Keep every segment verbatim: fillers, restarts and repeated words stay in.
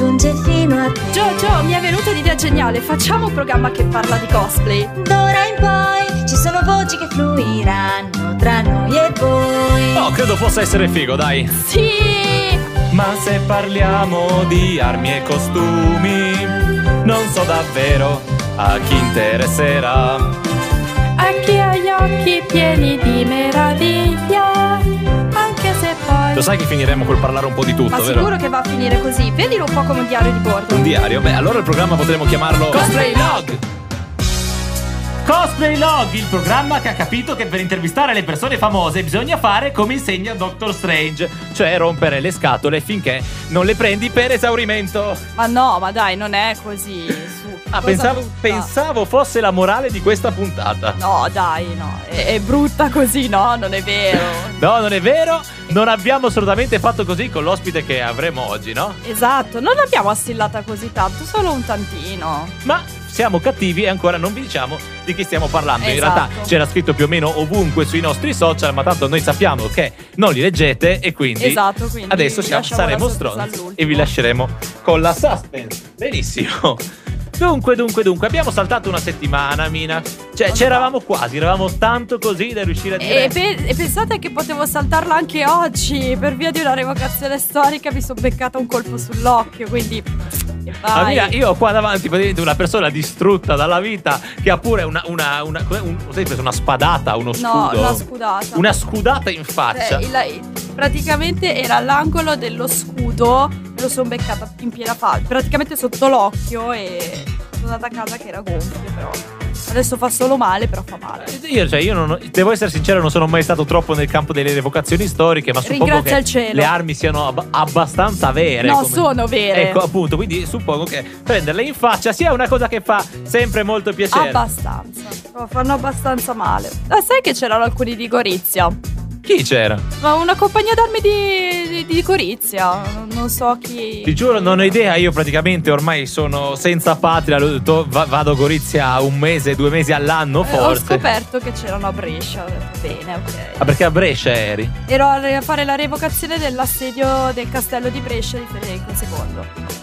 giunge fino a te. Gio, Gio, mi è venuta un'idea geniale. Facciamo un programma che parla di cosplay. D'ora in poi ci sono voci che fluiranno tra noi e voi. Oh, credo possa essere figo, dai. Sì! Ma se parliamo di armi e costumi, non so davvero a chi interesserà. A chi ha gli occhi pieni di meraviglia, anche se poi... Lo sai che finiremo col parlare un po' di tutto, Ma vero? sicuro che va a finire così. Vedilo un po' come un diario di bordo. Un diario? Beh, allora il programma potremmo chiamarlo Cosplay Log. Cosplay Log, il programma che ha capito che per intervistare le persone famose bisogna fare come insegna Doctor Strange, cioè rompere le scatole finché non le prendi per esaurimento. Ma no, ma dai, non è così. Su, Ah, cosa pensavo, brutta. pensavo fosse la morale di questa puntata. No, dai, no. È, è brutta così, no? Non è vero. No, non è vero. Non abbiamo assolutamente fatto così con l'ospite che avremo oggi, no? Esatto, non l'abbiamo assillata così tanto, solo un tantino. Ma siamo cattivi e ancora non vi diciamo di chi stiamo parlando. In Esatto. realtà c'era scritto più o meno ovunque sui nostri social, ma tanto noi sappiamo che non li leggete e quindi, Esatto, quindi adesso vi siamo, lasciamo saremo la sorpresa stronzi all'ultimo. e vi lasceremo con la suspense. Benissimo. Dunque, dunque, dunque, abbiamo saltato una settimana, Mina. Cioè, c'eravamo quasi, eravamo tanto così da riuscire a dire. E, pe- e pensate che potevo saltarla anche oggi. Per via di una revocazione storica mi sono beccata un colpo sull'occhio, quindi... E Ah, vai. Mina, io ho qua davanti praticamente una persona distrutta dalla vita che ha pure una, una, una, una, un, sai, preso una spadata, uno No, scudo. una scudata. Una scudata in faccia. Cioè, il- praticamente era all'angolo dello scudo. Me lo sono beccata in piena faccia, praticamente sotto l'occhio, e sono andata a casa che era gonfio, però adesso fa solo male, però fa male. Io, cioè, io non, devo essere sincero, non sono mai stato troppo nel campo delle revocazioni storiche, ma suppongo Ringrazia che il cielo. le armi siano ab- abbastanza vere. No, come- sono vere. Ecco, appunto, quindi suppongo che prenderle in faccia sia una cosa che fa sempre molto piacere. Abbastanza. Oh, fanno abbastanza male. Ah, sai che c'erano alcuni di Gorizia? Chi c'era? Ma una compagnia d'armi di, di, di Gorizia. Non, non so chi. Ti giuro, non ho idea. Io praticamente ormai sono senza patria. lo- to- va- Vado a Gorizia un mese, due mesi all'anno, Eh, ho forse. scoperto che c'erano a Brescia. Ho detto, bene, ok. Ah, perché a Brescia eri? Ero a re- a fare la revocazione dell'assedio del castello di Brescia di Federico secondo.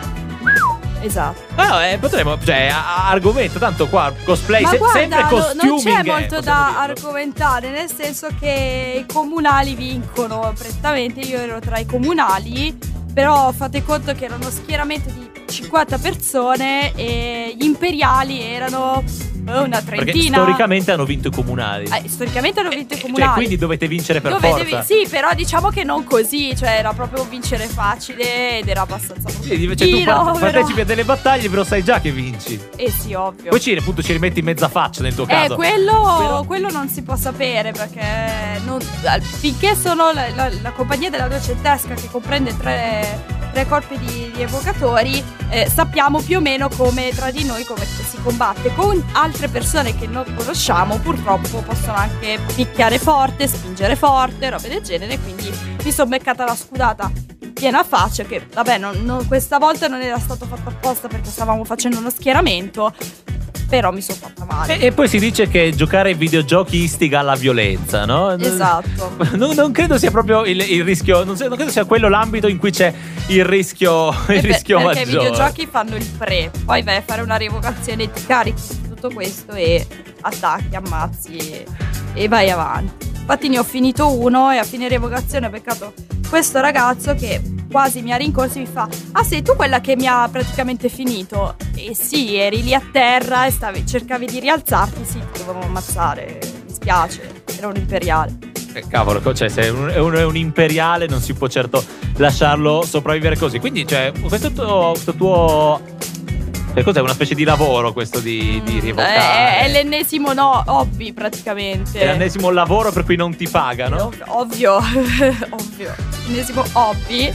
Esatto. Ah, eh, potremmo, cioè, a- a- argomento, tanto qua cosplay, Ma se- guarda, sempre no- costuming. non c'è eh, molto possiamo da dirlo. argomentare, nel senso che i comunali vincono prettamente. Io ero tra i comunali, però fate conto che era uno schieramento di cinquanta persone e gli imperiali erano eh, una Perché trentina. storicamente hanno vinto i comunali. Eh, storicamente hanno vinto i Cioè, comunali. quindi dovete vincere per Dove forza. devi- sì, però diciamo che non così, cioè era proprio vincere facile ed era abbastanza Sì, cioè, tu bruttino, par- però- partecipi a delle battaglie, però sai già che vinci. Eh sì, ovvio. Poi ci, appunto, ci rimetti in mezza faccia nel tuo Eh, caso. quello, Però- quello non si può sapere perché non- finché sono la, la- la compagnia della duecentesca, che comprende tre, tre corpi di, di evocatori, eh, sappiamo più o meno come tra di noi come si combatte. Con altre persone che non conosciamo purtroppo possono anche picchiare forte, spingere forte, robe del genere, quindi mi sono beccata la scudata in piena faccia, che vabbè non- non- questa volta non era stato fatto apposta perché stavamo facendo uno schieramento, però mi sono fatta male. E, e poi si dice che giocare ai videogiochi istiga alla violenza, no? Esatto. Non, non credo sia proprio il, il rischio, non, so- non credo sia quello l'ambito in cui c'è il rischio, il Eh, per- rischio perché i maggiore. videogiochi fanno il pre, poi vai a fare una rievocazione, ti carichi tutto questo e attacchi, ammazzi e, e vai avanti. Infatti ne ho finito uno e a fine rievocazione ho beccato questo ragazzo che quasi mi ha rincorso e mi fa: ah, sei tu quella che mi ha praticamente finito? E sì, eri lì a terra e stavi, cercavi di rialzarti, sì, ti dovevo ammazzare, mi spiace, era un imperiale. Eh, cavolo, cioè, se è un, è un- è un imperiale non si può certo lasciarlo sopravvivere così. Quindi, cioè, questo tuo, questo tuo che cos'è? Una specie di lavoro questo di, di rievocare? È, è l'ennesimo no, hobby praticamente. È l'ennesimo lavoro per cui non ti pagano? Ov- Ovvio, ovvio. L'ennesimo hobby.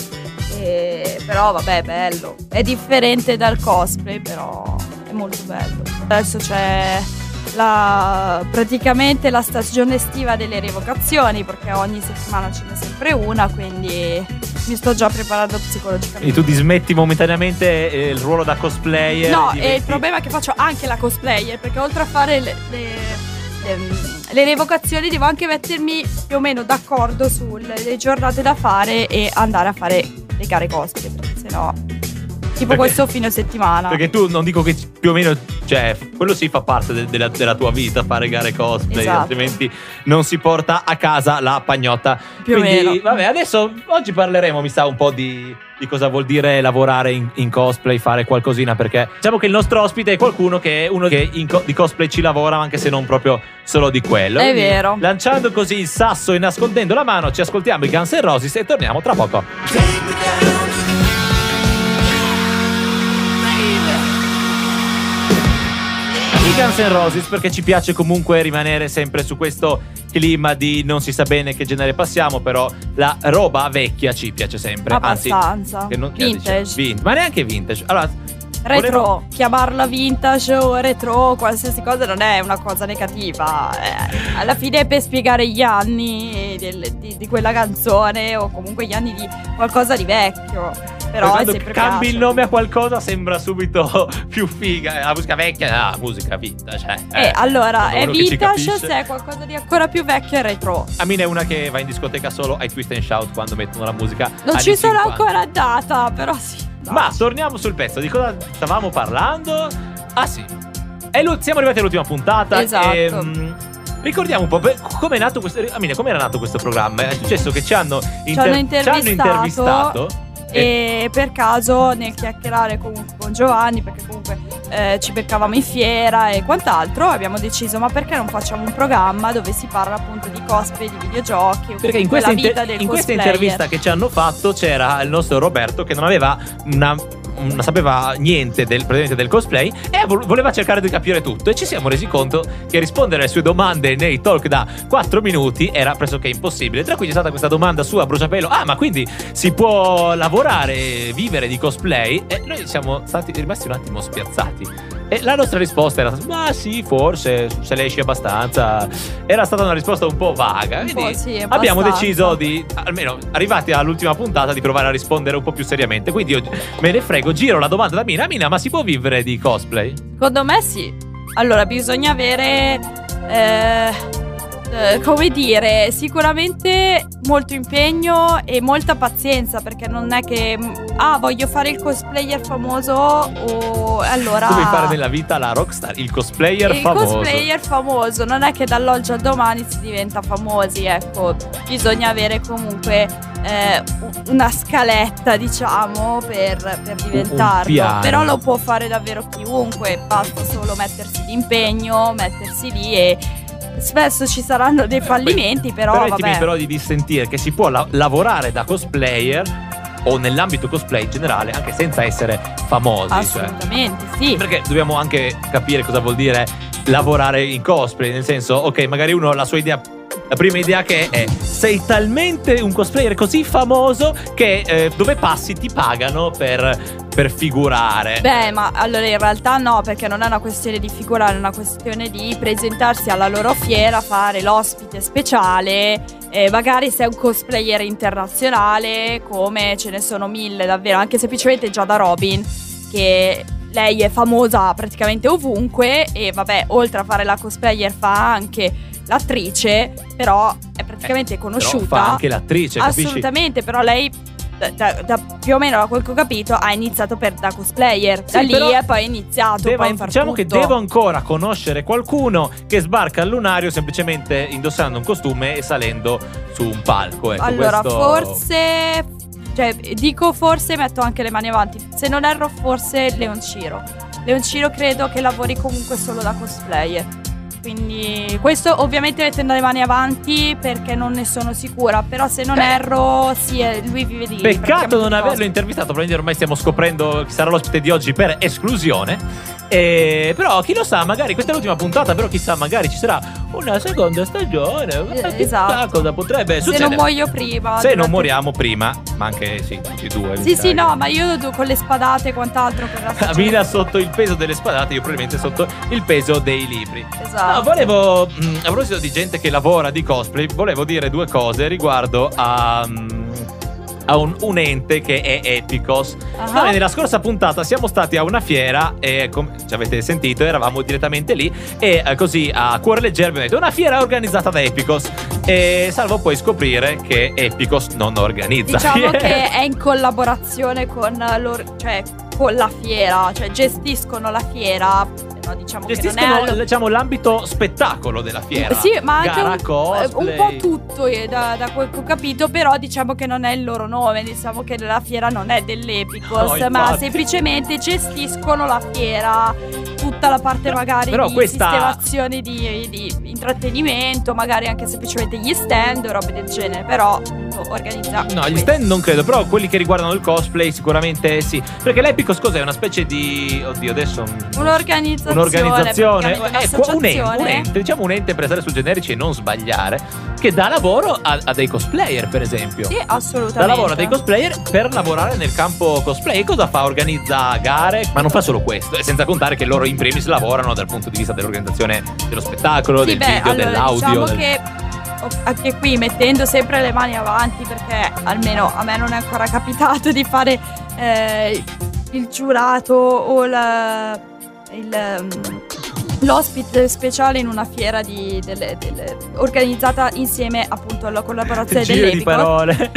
E- però vabbè, è bello. È differente dal cosplay, però è molto bello. Adesso c'è la, praticamente la stagione estiva delle rievocazioni, perché ogni settimana ce n'è sempre una, quindi mi sto già preparando psicologicamente. Quindi tu dismetti momentaneamente eh, il ruolo da cosplayer? No, e e il diventi- problema è che faccio anche la cosplayer, perché oltre a fare le, le, le, le rievocazioni devo anche mettermi più o meno d'accordo sulle giornate da fare e andare a fare le gare cosplay, perché sennò Tipo questo fine settimana. Perché tu non dico che più o meno, cioè, quello sì fa parte de- della, della tua vita, fare gare cosplay, Esatto. altrimenti non si porta a casa la pagnotta. Più o Quindi, meno. vabbè, adesso oggi parleremo, mi sa, un po' di, di cosa vuol dire lavorare in, in cosplay, fare qualcosina, perché diciamo che il nostro ospite è qualcuno che è uno che in co- di cosplay ci lavora, anche se non proprio solo di quello. È Quindi, vero. lanciando così il sasso e nascondendo la mano, ci ascoltiamo i Guns N' Roses e torniamo tra poco. I Guns N' Roses, perché ci piace comunque rimanere sempre su questo clima di non si sa bene che genere passiamo, però la roba vecchia ci piace sempre. Abbastanza. Anzi, che non, che Vintage. dice? Vin- ma neanche vintage. Allora, Retro, volevo- chiamarla vintage o retro, qualsiasi cosa non è una cosa negativa. Eh, alla fine è per spiegare gli anni del- di, di quella canzone o comunque gli anni di qualcosa di vecchio. Però è quando sempre cambi piace. il nome a qualcosa sembra subito più figa. La musica vecchia, la musica vintage. Eh, Eh, allora, sono è uno che ci vintage capisce. se è qualcosa di ancora più vecchio è retro. Amina è una che va in discoteca solo ai twist and shout quando mettono la musica. Non anni ci sono cinquanta. ancora andata, però sì. dai. Ma torniamo sul pezzo. Di cosa stavamo parlando? Ah sì, e lo- siamo arrivati all'ultima puntata. Esatto. E, mm, ricordiamo un po' come è nato questo. Amina, come era nato questo programma? È successo che ci hanno, inter- hanno ci hanno intervistato. E per caso nel chiacchierare comunque con Giovanni, perché comunque eh, ci beccavamo in fiera e quant'altro, abbiamo deciso ma perché non facciamo un programma dove si parla appunto di cosplay, di videogiochi, o Perché in comunque questa, la vita inter- del in questa cosplayer. intervista che ci hanno fatto c'era il nostro Roberto che non aveva una, non sapeva niente del, praticamente del cosplay e vo- voleva cercare di capire tutto, e ci siamo resi conto che rispondere alle sue domande nei talk da quattro minuti era pressoché impossibile, tra cui c'è stata questa domanda su a bruciapelo: ah, ma quindi si può lavorare e vivere di cosplay? E noi siamo stati rimasti un attimo spiazzati. E la nostra risposta era: ma sì, forse, se le esci abbastanza. Era stata una risposta un po' vaga. Un Quindi po' sì, abbiamo abbastanza. deciso di, almeno arrivati all'ultima puntata, di provare a rispondere un po' più seriamente. Quindi io me ne frego, giro la domanda da Mina. Mina, ma si può vivere di cosplay? Secondo me sì. Allora bisogna avere eh, eh, come dire, sicuramente molto impegno e molta pazienza, perché non è che ah, voglio fare il cosplayer famoso o allora Tu devi fare nella vita la rockstar, il cosplayer il famoso. cosplayer famoso non è che dall'oggi al domani si diventa famosi, ecco, bisogna avere comunque eh, una scaletta, diciamo, per, per diventarlo. piano. Però lo può fare davvero chiunque, basta solo mettersi d'impegno, mettersi lì, e spesso ci saranno dei fallimenti, però Però vabbè. però di sentire che si può la- lavorare da cosplayer o nell'ambito cosplay in generale anche senza essere famosi, cioè. Assolutamente, sì. Perché dobbiamo anche capire cosa vuol dire lavorare in cosplay, nel senso, ok, magari uno ha la sua idea, la prima idea che è: sei talmente un cosplayer così famoso che eh, dove passi ti pagano per, per figurare. Beh, ma allora in realtà no, perché non è una questione di figurare, è una questione di presentarsi alla loro fiera, fare l'ospite speciale, e magari sei un cosplayer internazionale, come ce ne sono mille davvero, anche semplicemente Giada Robin, che lei è famosa praticamente ovunque, e vabbè, oltre a fare la cosplayer fa anche l'attrice, però è praticamente Eh, conosciuta. Però fa anche l'attrice, capisci? Assolutamente, però lei da, da- da più o meno da quel che ho capito ha iniziato per, da cosplayer, Sì, da lì però e poi è iniziato Devo, poi a far diciamo che tutto. devo ancora conoscere qualcuno che sbarca al lunario semplicemente indossando un costume e salendo su un palco. Ecco, Allora questo- forse, cioè dico forse, metto anche le mani avanti, se non erro forse Leon Ciro Leon Ciro credo che lavori comunque solo da cosplayer, quindi questo ovviamente mettendo le mani avanti perché non ne sono sicura, però se non Beh. erro sì, eh, lui vive di Peccato praticamente non di averlo cosplay. intervistato, probabilmente ormai stiamo scoprendo chi sarà l'ospite di oggi per esclusione. E, però chi lo sa, magari questa è l'ultima puntata, però chissà, magari ci sarà una seconda stagione. Eh, Chissà esatto. cosa potrebbe Se succedere. non muoio prima. Se non durante- moriamo prima, ma anche sì, tutti e due. mi Sì, sa sì, che- no, ma io do- con le spadate e quant'altro per la Amina sotto il peso delle spadate, io probabilmente sotto il peso dei libri. Esatto. No, volevo, mh, a proposito di gente che lavora di cosplay, volevo dire due cose riguardo a, mh, a un, un ente che è Epicos. Ah. Noi nella scorsa puntata siamo stati a una fiera e, come ci avete sentito, eravamo direttamente lì e eh, così a cuore leggero abbiamo detto: una fiera organizzata da Epicos. E salvo poi scoprire che Epicos non organizza Diciamo fiere. che è in collaborazione con loro, cioè con la fiera, cioè gestiscono la fiera. No, diciamo gestiscono che non è allo... diciamo, l'ambito spettacolo della fiera. Sì, ma anche gara, un, cosplay. un po' tutto eh, da, da quel che ho capito, però diciamo che non è il loro nome, diciamo che la fiera non è dell'Epicos, no, ma infatti. semplicemente gestiscono la fiera, tutta la parte però, magari però di questa... sistemazione di, di intrattenimento, magari anche semplicemente gli stand o robe del genere, però organizza. No, gli stand non credo, però quelli che riguardano il cosplay sicuramente sì. Perché l'Epicos cos'è? Una specie di... Oddio, adesso... Un'organizzazione. Un'organizzazione, ecco, un ente, un un'associazione. ente, diciamo un ente per stare su generici e non sbagliare, che dà lavoro a, a dei cosplayer, per esempio. Sì, assolutamente. Dà lavoro a dei cosplayer per lavorare nel campo cosplay. E cosa fa? Organizza gare, ma non fa solo questo, e senza contare che loro in primis lavorano dal punto di vista dell'organizzazione dello spettacolo, Sì, del beh, video, allora, dell'audio. Diciamo del... che oh, anche qui mettendo sempre le mani avanti, perché almeno a me non è ancora capitato di fare eh, il giurato o la, il, l'ospite speciale in una fiera di, delle, delle, organizzata insieme appunto alla collaborazione Giro di dell'Epicos. parole.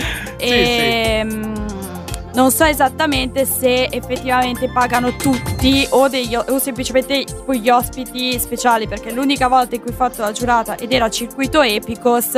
E, sì, sì. mh, non so esattamente se effettivamente pagano tutti o, degli, o semplicemente tipo gli ospiti speciali, perché l'unica volta in cui ho fatto la giurata ed era circuito Epicos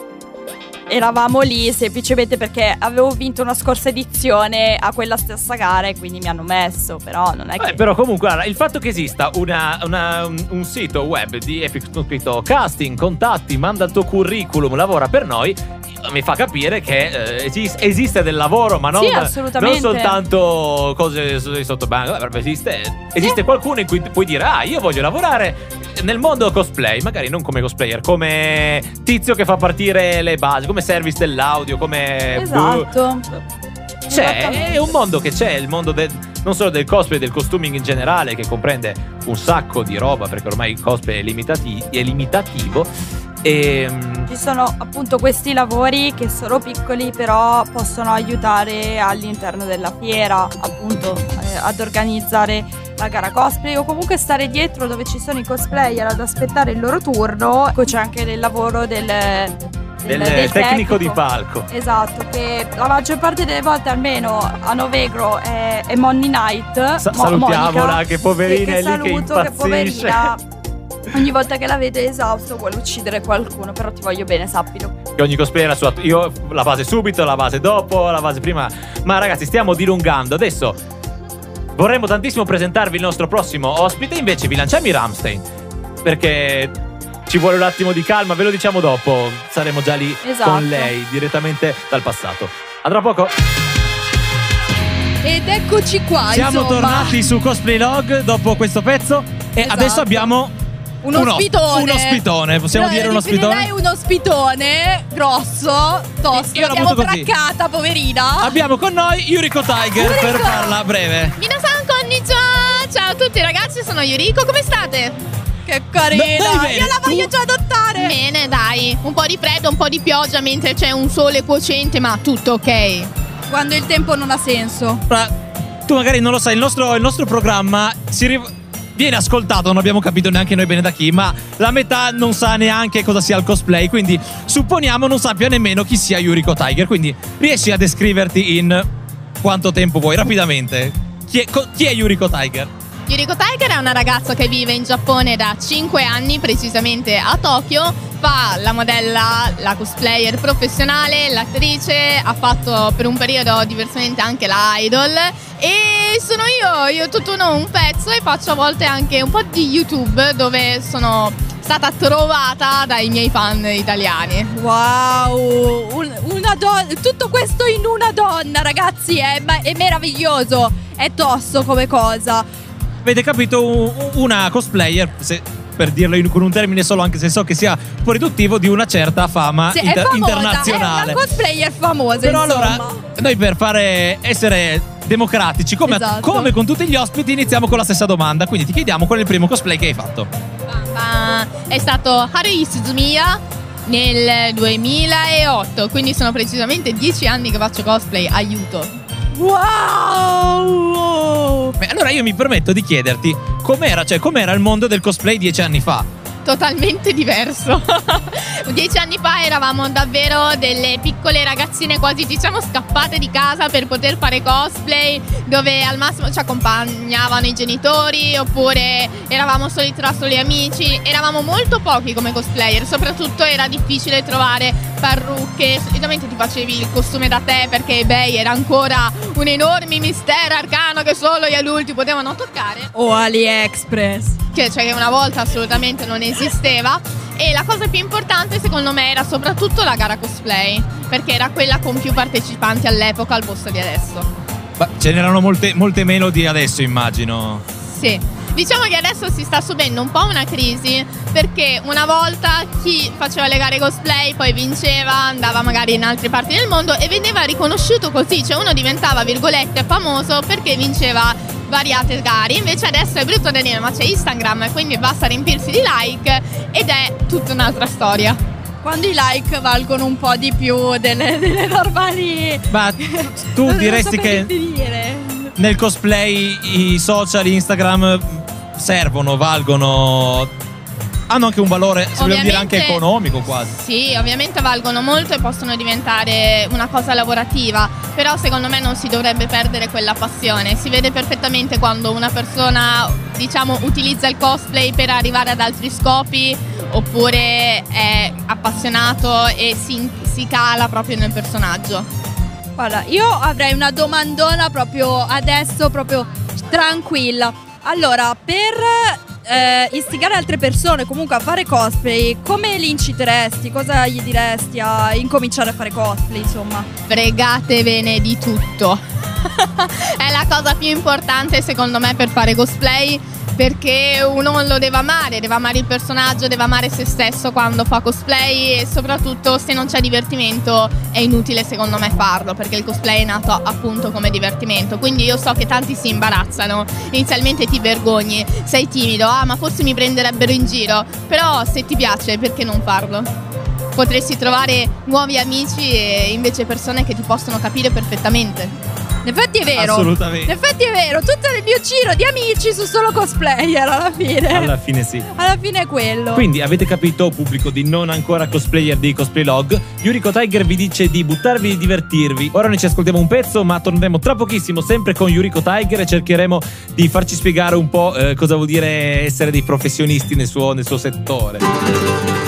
eravamo lì semplicemente perché avevo vinto una scorsa edizione a quella stessa gara e quindi mi hanno messo, però non è che... Eh, però comunque guarda, il fatto che esista una, una, un, un sito web di Epic con scritto casting, contatti, manda il tuo curriculum, lavora per noi, mi fa capire che eh, esiste, esiste del lavoro, ma non, Sì, assolutamente. non soltanto cose di sottobanco. Esiste, esiste Sì. qualcuno in cui puoi dire ah, io voglio lavorare nel mondo cosplay, magari non come cosplayer, come tizio che fa partire le basi, come service dell'audio, come... Esatto. C'è, è un mondo che c'è, il mondo del, non solo del cosplay, del costuming in generale, che comprende un sacco di roba, perché ormai il cosplay è, limitati, è limitativo. E Ci sono appunto questi lavori che sono piccoli, però possono aiutare all'interno della fiera, appunto, eh, ad organizzare la gara cosplay o comunque stare dietro dove ci sono i cosplayer ad aspettare il loro turno. Poi c'è anche il lavoro del, del, del, del tecnico di palco. Esatto, che la maggior parte delle volte, almeno a Novegro, è, è Money Night. Sa- Mo- salutiamola, Monica, che poverina che, è lì che saluto, che impazzisce. poverina. Ogni volta che la vede esausto vuole uccidere qualcuno, però ti voglio bene, sappilo. Che ogni cosplayer ha sua... Io la base subito, la base dopo, la base prima. Ma ragazzi, stiamo dilungando. Adesso vorremmo tantissimo presentarvi il nostro prossimo ospite, invece vi lanciamo i Rammstein, perché ci vuole un attimo di calma, ve lo diciamo dopo. Saremo già lì Esatto. con lei, direttamente dal passato. A tra poco. Ed eccoci qua. Siamo insomma. tornati su Cosplay Log dopo questo pezzo e Esatto. adesso abbiamo Un uno- ospitone. un ospitone, possiamo Però dire un lo ospitone? definirei un ospitone grosso, tosto. Io la L'abbiamo butto così. traccata, poverina. Abbiamo con noi Yuriko Tiger Yuriko! per farla breve. Minasan konnichiwa! Ciao a tutti ragazzi, sono Yuriko, come state? Che carina. Dai, bene, Io la voglio tu- già adottare. Bene, dai, un po' di freddo, un po' di pioggia mentre c'è un sole cocente, ma tutto ok. Quando il tempo non ha senso. Ora, tu magari non lo sai, il nostro, il nostro programma si riv- viene ascoltato, non abbiamo capito neanche noi bene da chi, ma la metà non sa neanche cosa sia il cosplay, quindi supponiamo non sappia nemmeno chi sia Yuriko Tiger, quindi riesci a descriverti in quanto tempo vuoi, rapidamente. Chi è, co- chi è Yuriko Tiger? Yuriko Tiger è una ragazza che vive in Giappone da cinque anni, precisamente a Tokyo. Fa la modella, la cosplayer professionale, l'attrice, ha fatto per un periodo diversamente anche la idol. E sono io, io tutto uno un pezzo e faccio a volte anche un po' di YouTube dove sono stata trovata dai miei fan italiani. Wow, un- una donna, tutto questo in una donna, ragazzi, è, ma- è meraviglioso. È tosto come cosa. Avete capito? U- Una cosplayer, se- per dirlo in- con un termine solo, anche se so che sia un po' riduttivo, di una certa fama Sì, inter- è famosa, internazionale. è una cosplayer famosa, Però insomma. allora, noi per fare essere democratici, come, Esatto. come con tutti gli ospiti, iniziamo con la stessa domanda. Quindi ti chiediamo qual è il primo cosplay che hai fatto. Ma è stato Haruhi Suzumiya nel duemilaotto, quindi sono precisamente dieci anni che faccio cosplay, aiuto. Wow! Beh, allora io mi permetto di chiederti com'era, cioè com'era il mondo del cosplay dieci anni fa. Totalmente diverso. Dieci anni fa eravamo davvero delle piccole ragazzine quasi diciamo scappate di casa per poter fare cosplay, dove al massimo ci accompagnavano i genitori oppure eravamo soli tra soli amici. Eravamo molto pochi come cosplayer, soprattutto era difficile trovare parrucche. Solitamente ti facevi il costume da te perché eBay era ancora un enorme mistero arcano che solo gli adulti potevano toccare, O AliExpress. che cioè che una volta assolutamente non esisteva. E la cosa più importante secondo me era soprattutto la gara cosplay, perché era quella con più partecipanti all'epoca al posto di adesso. Ma ce n'erano molte, molte meno di adesso, immagino. Sì, diciamo che adesso si sta subendo un po' una crisi, perché una volta chi faceva le gare cosplay poi vinceva, andava magari in altre parti del mondo e veniva riconosciuto così, cioè uno diventava virgolette famoso perché vinceva variate gare. Invece adesso è brutto da dire, ma c'è Instagram, quindi basta riempirsi di like ed è tutta un'altra storia. Quando i like valgono un po' di più delle, delle normali. Ma tu Non diresti so che per dire. nel cosplay i social, Instagram servono, valgono, hanno anche un valore, se vogliamo dire anche Ovviamente- economico quasi. Sì, ovviamente valgono molto e possono diventare una cosa lavorativa, però secondo me non si dovrebbe perdere quella passione. Si vede perfettamente quando una persona, diciamo, utilizza il cosplay per arrivare ad altri scopi oppure è appassionato e si, si cala proprio nel personaggio. Guarda, io avrei una domandona proprio adesso, proprio tranquilla. Allora, per eh, istigare altre persone comunque a fare cosplay, come li inciteresti? Cosa gli diresti a incominciare a fare cosplay, insomma? Fregatevene di tutto. È la cosa più importante secondo me per fare cosplay, perché uno lo deve amare, deve amare il personaggio, deve amare se stesso quando fa cosplay e soprattutto se non c'è divertimento è inutile secondo me farlo, perché il cosplay è nato appunto come divertimento. Quindi io so che tanti si imbarazzano, inizialmente ti vergogni, sei timido, ah ma forse mi prenderebbero in giro, però se ti piace perché non farlo? Potresti trovare nuovi amici e invece persone che ti possono capire perfettamente. In effetti è vero. Assolutamente. In effetti è vero. Tutto il mio giro di amici su solo cosplayer alla fine. Alla fine sì. Alla fine è quello. Quindi avete capito, pubblico di non ancora cosplayer di Cosplay Log, Yuriko Tiger vi dice di buttarvi e divertirvi. Ora noi ci ascoltiamo un pezzo, ma torneremo tra pochissimo sempre con Yuriko Tiger e cercheremo di farci spiegare un po' eh, cosa vuol dire essere dei professionisti nel suo, nel suo settore.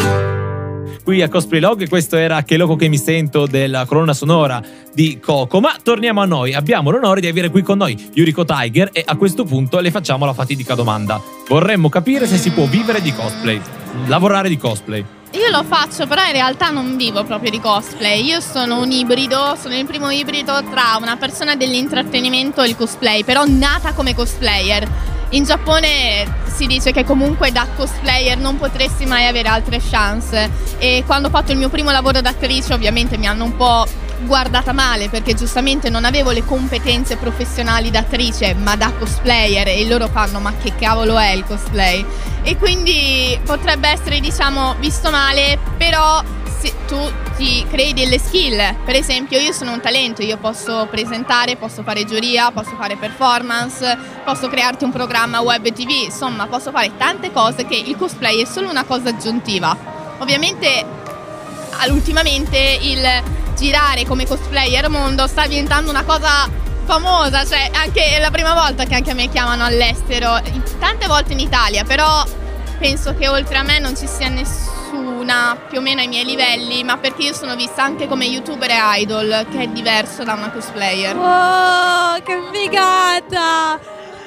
Qui a Cosplay Log, questo era Che loco che mi sento della colonna sonora di Coco. Ma torniamo a noi, abbiamo l'onore di avere qui con noi Yuriko Tiger e a questo punto le facciamo la fatidica domanda. Vorremmo capire se si può vivere di cosplay, lavorare di cosplay. Io lo faccio, però in realtà non vivo proprio di cosplay. Io sono un ibrido, sono il primo ibrido tra una persona dell'intrattenimento e il cosplay, però nata come cosplayer. In Giappone si dice che comunque da cosplayer non potresti mai avere altre chance, e quando ho fatto il mio primo lavoro d'attrice ovviamente mi hanno un po' guardata male, perché giustamente non avevo le competenze professionali d'attrice ma da cosplayer, e loro fanno ma che cavolo è il cosplay, e quindi potrebbe essere diciamo visto male, però se tu ti crei delle skill. Per esempio io sono un talento, io posso presentare, posso fare giuria, posso fare performance, posso crearti un programma web T V, insomma posso fare tante cose che il cosplay è solo una cosa aggiuntiva. Ovviamente ultimamente il girare come cosplayer mondo sta diventando una cosa famosa, cioè anche è la prima volta che anche a me chiamano all'estero, tante volte in Italia, però penso che oltre a me non ci sia nessuna più o meno ai miei livelli, ma perché io sono vista anche come youtuber e idol, che è diverso da una cosplayer. Oh, che figata!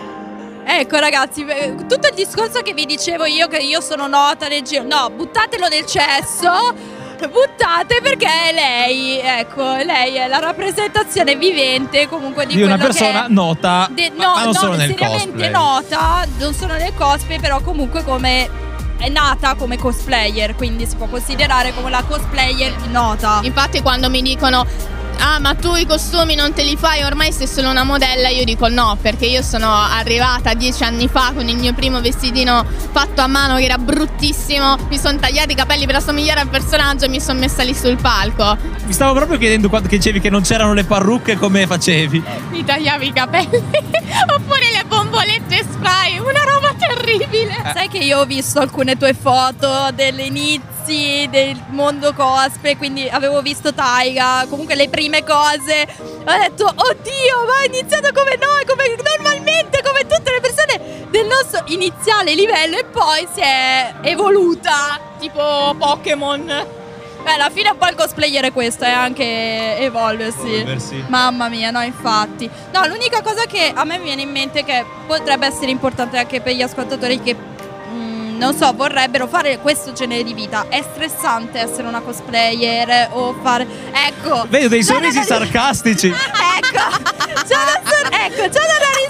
Ecco ragazzi, tutto il discorso che vi dicevo io, che io sono nota nel giro, no, buttatelo nel cesso. Buttate, perché è lei, ecco, lei è la rappresentazione vivente comunque di, Di una quello persona che è nota, de- ma- no, ma non no, solo nel seriamente cosplay. nota, non solo nel cosplay, però comunque come è nata come cosplayer, quindi si può considerare come la cosplayer nota. Infatti quando mi dicono ah ma tu i costumi non te li fai, ormai sei solo una modella, io dico no, perché io sono arrivata dieci anni fa con il mio primo vestitino fatto a mano che era bruttissimo, mi sono tagliati i capelli per assomigliare al personaggio e mi sono messa lì sul palco. Mi stavo proprio chiedendo quando che dicevi che non c'erano le parrucche, come facevi? Mi tagliavo i capelli oppure le bombolette spray, una roba terribile. Sai che io ho visto alcune tue foto dell'inizio inizi del mondo cosplay, quindi avevo visto Taiga, comunque le prime cose, ho detto oddio, ma ha iniziato come noi, come normalmente, come tutte le persone del nostro iniziale livello, e poi si è evoluta tipo Pokémon. Beh, alla fine un po' il cosplayer è questo, è anche evolversi. Evolversi. Mamma mia, no, infatti. No, l'unica cosa che a me viene in mente, che potrebbe essere importante anche per gli ascoltatori che mm, non so, vorrebbero fare questo genere di vita. È stressante essere una cosplayer o fare, ecco, vedo dei c'è sorrisi una- sarcastici. Ecco, c'è una sor- ecco, c'è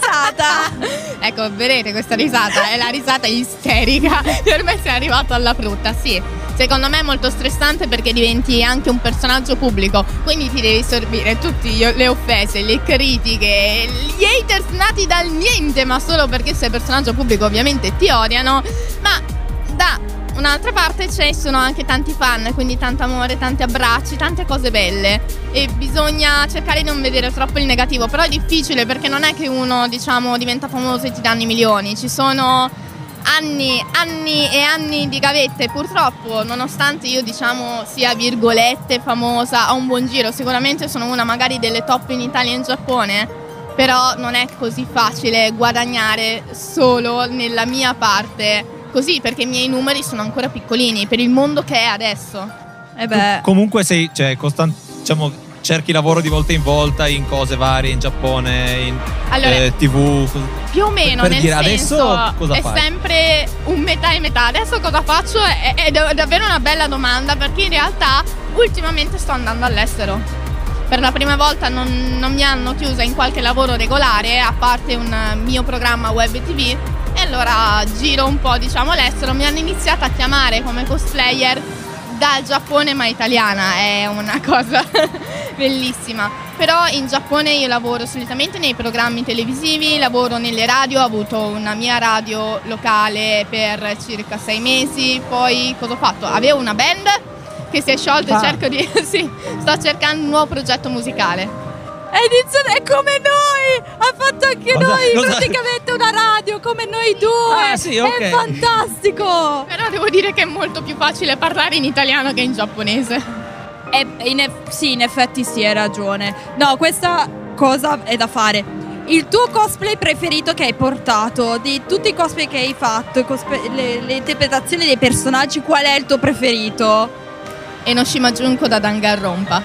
una risata. Ecco, vedete questa risata? È la risata isterica. Per me sei arrivato alla frutta, sì. Secondo me è molto stressante perché diventi anche un personaggio pubblico, quindi ti devi sorbire tutte le offese, le critiche, gli haters nati dal niente, ma solo perché sei personaggio pubblico ovviamente ti odiano. Ma da un'altra parte ci sono anche tanti fan, quindi tanto amore, tanti abbracci, tante cose belle, e bisogna cercare di non vedere troppo il negativo. Però è difficile perché non è che uno, diciamo, diventa famoso e ti danno i milioni, ci sono anni, anni e anni di gavette. Purtroppo, nonostante io, diciamo, sia virgolette famosa, ho un buon giro, sicuramente sono una magari delle top in Italia e in Giappone, però non è così facile guadagnare solo nella mia parte così, perché i miei numeri sono ancora piccolini per il mondo che è adesso. E beh, Comunque sei, cioè, costan- diciamo, cerchi lavoro di volta in volta in cose varie, in Giappone, in Allora, eh, tivù. più o meno, per nel dire, senso, adesso cosa è fai? sempre un metà e metà. Adesso cosa faccio? È, è dav- davvero una bella domanda, perché in realtà ultimamente sto andando all'estero. Per la prima volta non, non mi hanno chiusa in qualche lavoro regolare, a parte un mio programma web T V, e allora giro un po', diciamo, all'estero. Mi hanno iniziato a chiamare come cosplayer dal Giappone, ma italiana, è una cosa bellissima. Però in Giappone io lavoro solitamente nei programmi televisivi, lavoro nelle radio, ho avuto una mia radio locale per circa sei mesi, poi cosa ho fatto? Avevo una band che si è sciolta Ah. e cerco di... sì, sto cercando un nuovo progetto musicale. edizione è come noi, ha fatto anche Cosa- noi cosa- praticamente una radio come noi due. Ah, sì, ok. È fantastico. Però devo dire che è molto più facile parlare in italiano che in giapponese. E in eff- sì, in effetti sì, hai ragione. No, questa cosa è da fare. Il tuo cosplay preferito che hai portato, di tutti i cosplay che hai fatto, i cosplay- le, le interpretazioni dei personaggi, qual è il tuo preferito? Enoshima Junko da Danganronpa.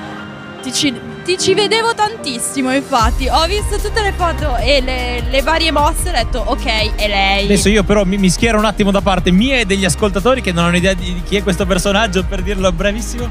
Ti ci, ti ci vedevo tantissimo, infatti. Ho visto tutte le foto e le, le varie mosse e ho detto, ok, è lei. Adesso io però mi, mi schiero un attimo da parte mia e degli ascoltatori che non hanno idea di, di chi è questo personaggio, per dirlo brevissimo.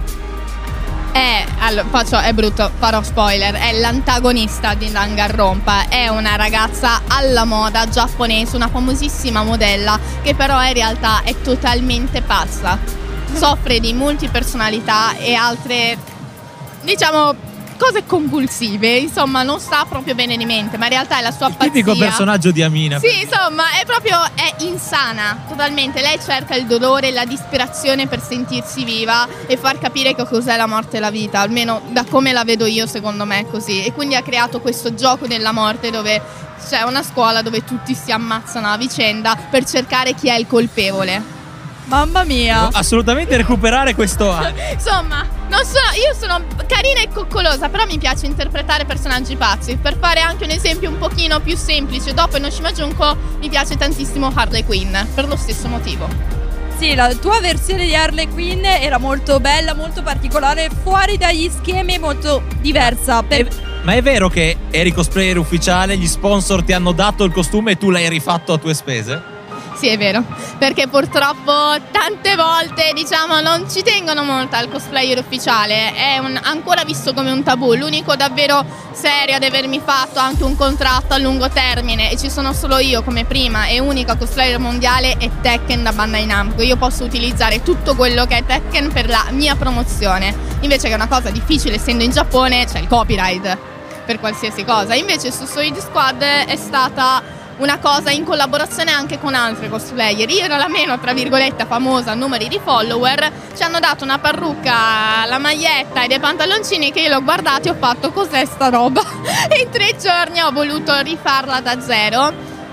È, allora, faccio, è brutto, farò spoiler. È l'antagonista di Danganronpa. È una ragazza alla moda giapponese, una famosissima modella, che però in realtà è totalmente pazza. Soffre di multipersonalità e altre, diciamo, cose compulsive. Insomma, non sta proprio bene di mente, ma in realtà è la sua Il pazzia. tipico personaggio di Amina. Sì, insomma, è proprio, è insana, totalmente. Lei cerca il dolore, la disperazione per sentirsi viva e far capire che cos'è la morte e la vita, almeno da come la vedo io, secondo me è così. E quindi ha creato questo gioco della morte dove c'è una scuola dove tutti si ammazzano a vicenda per cercare chi è il colpevole. Mamma mia. Assolutamente recuperare questo. Insomma, non sono, io sono carina e coccolosa, però mi piace interpretare personaggi pazzi. Per fare anche un esempio un pochino più semplice, dopo Enoshima Junko mi piace tantissimo Harley Quinn, per lo stesso motivo. Sì, la tua versione di Harley Quinn era molto bella, molto particolare, fuori dagli schemi, molto diversa. Per... Ma è vero che eri cosplayer ufficiale, gli sponsor ti hanno dato il costume e tu l'hai rifatto a tue spese? Sì, è vero, perché purtroppo tante volte, diciamo, non ci tengono molto al cosplayer ufficiale, è un, ancora visto come un tabù. L'unico davvero serio ad avermi fatto anche un contratto a lungo termine, e ci sono solo io come prima e unica cosplayer mondiale, è Tekken da Bandai Namco. Io posso utilizzare tutto quello che è Tekken per la mia promozione, invece che è una cosa difficile, essendo in Giappone c'è il copyright per qualsiasi cosa. Invece su Suicide Squad è stata una cosa in collaborazione anche con altri cosplayer. Io ero la meno, tra virgolette, famosa, numeri di follower. Ci hanno dato una parrucca, la maglietta e dei pantaloncini che io l'ho guardato e ho fatto, cos'è sta roba? E in tre giorni ho voluto rifarla da zero.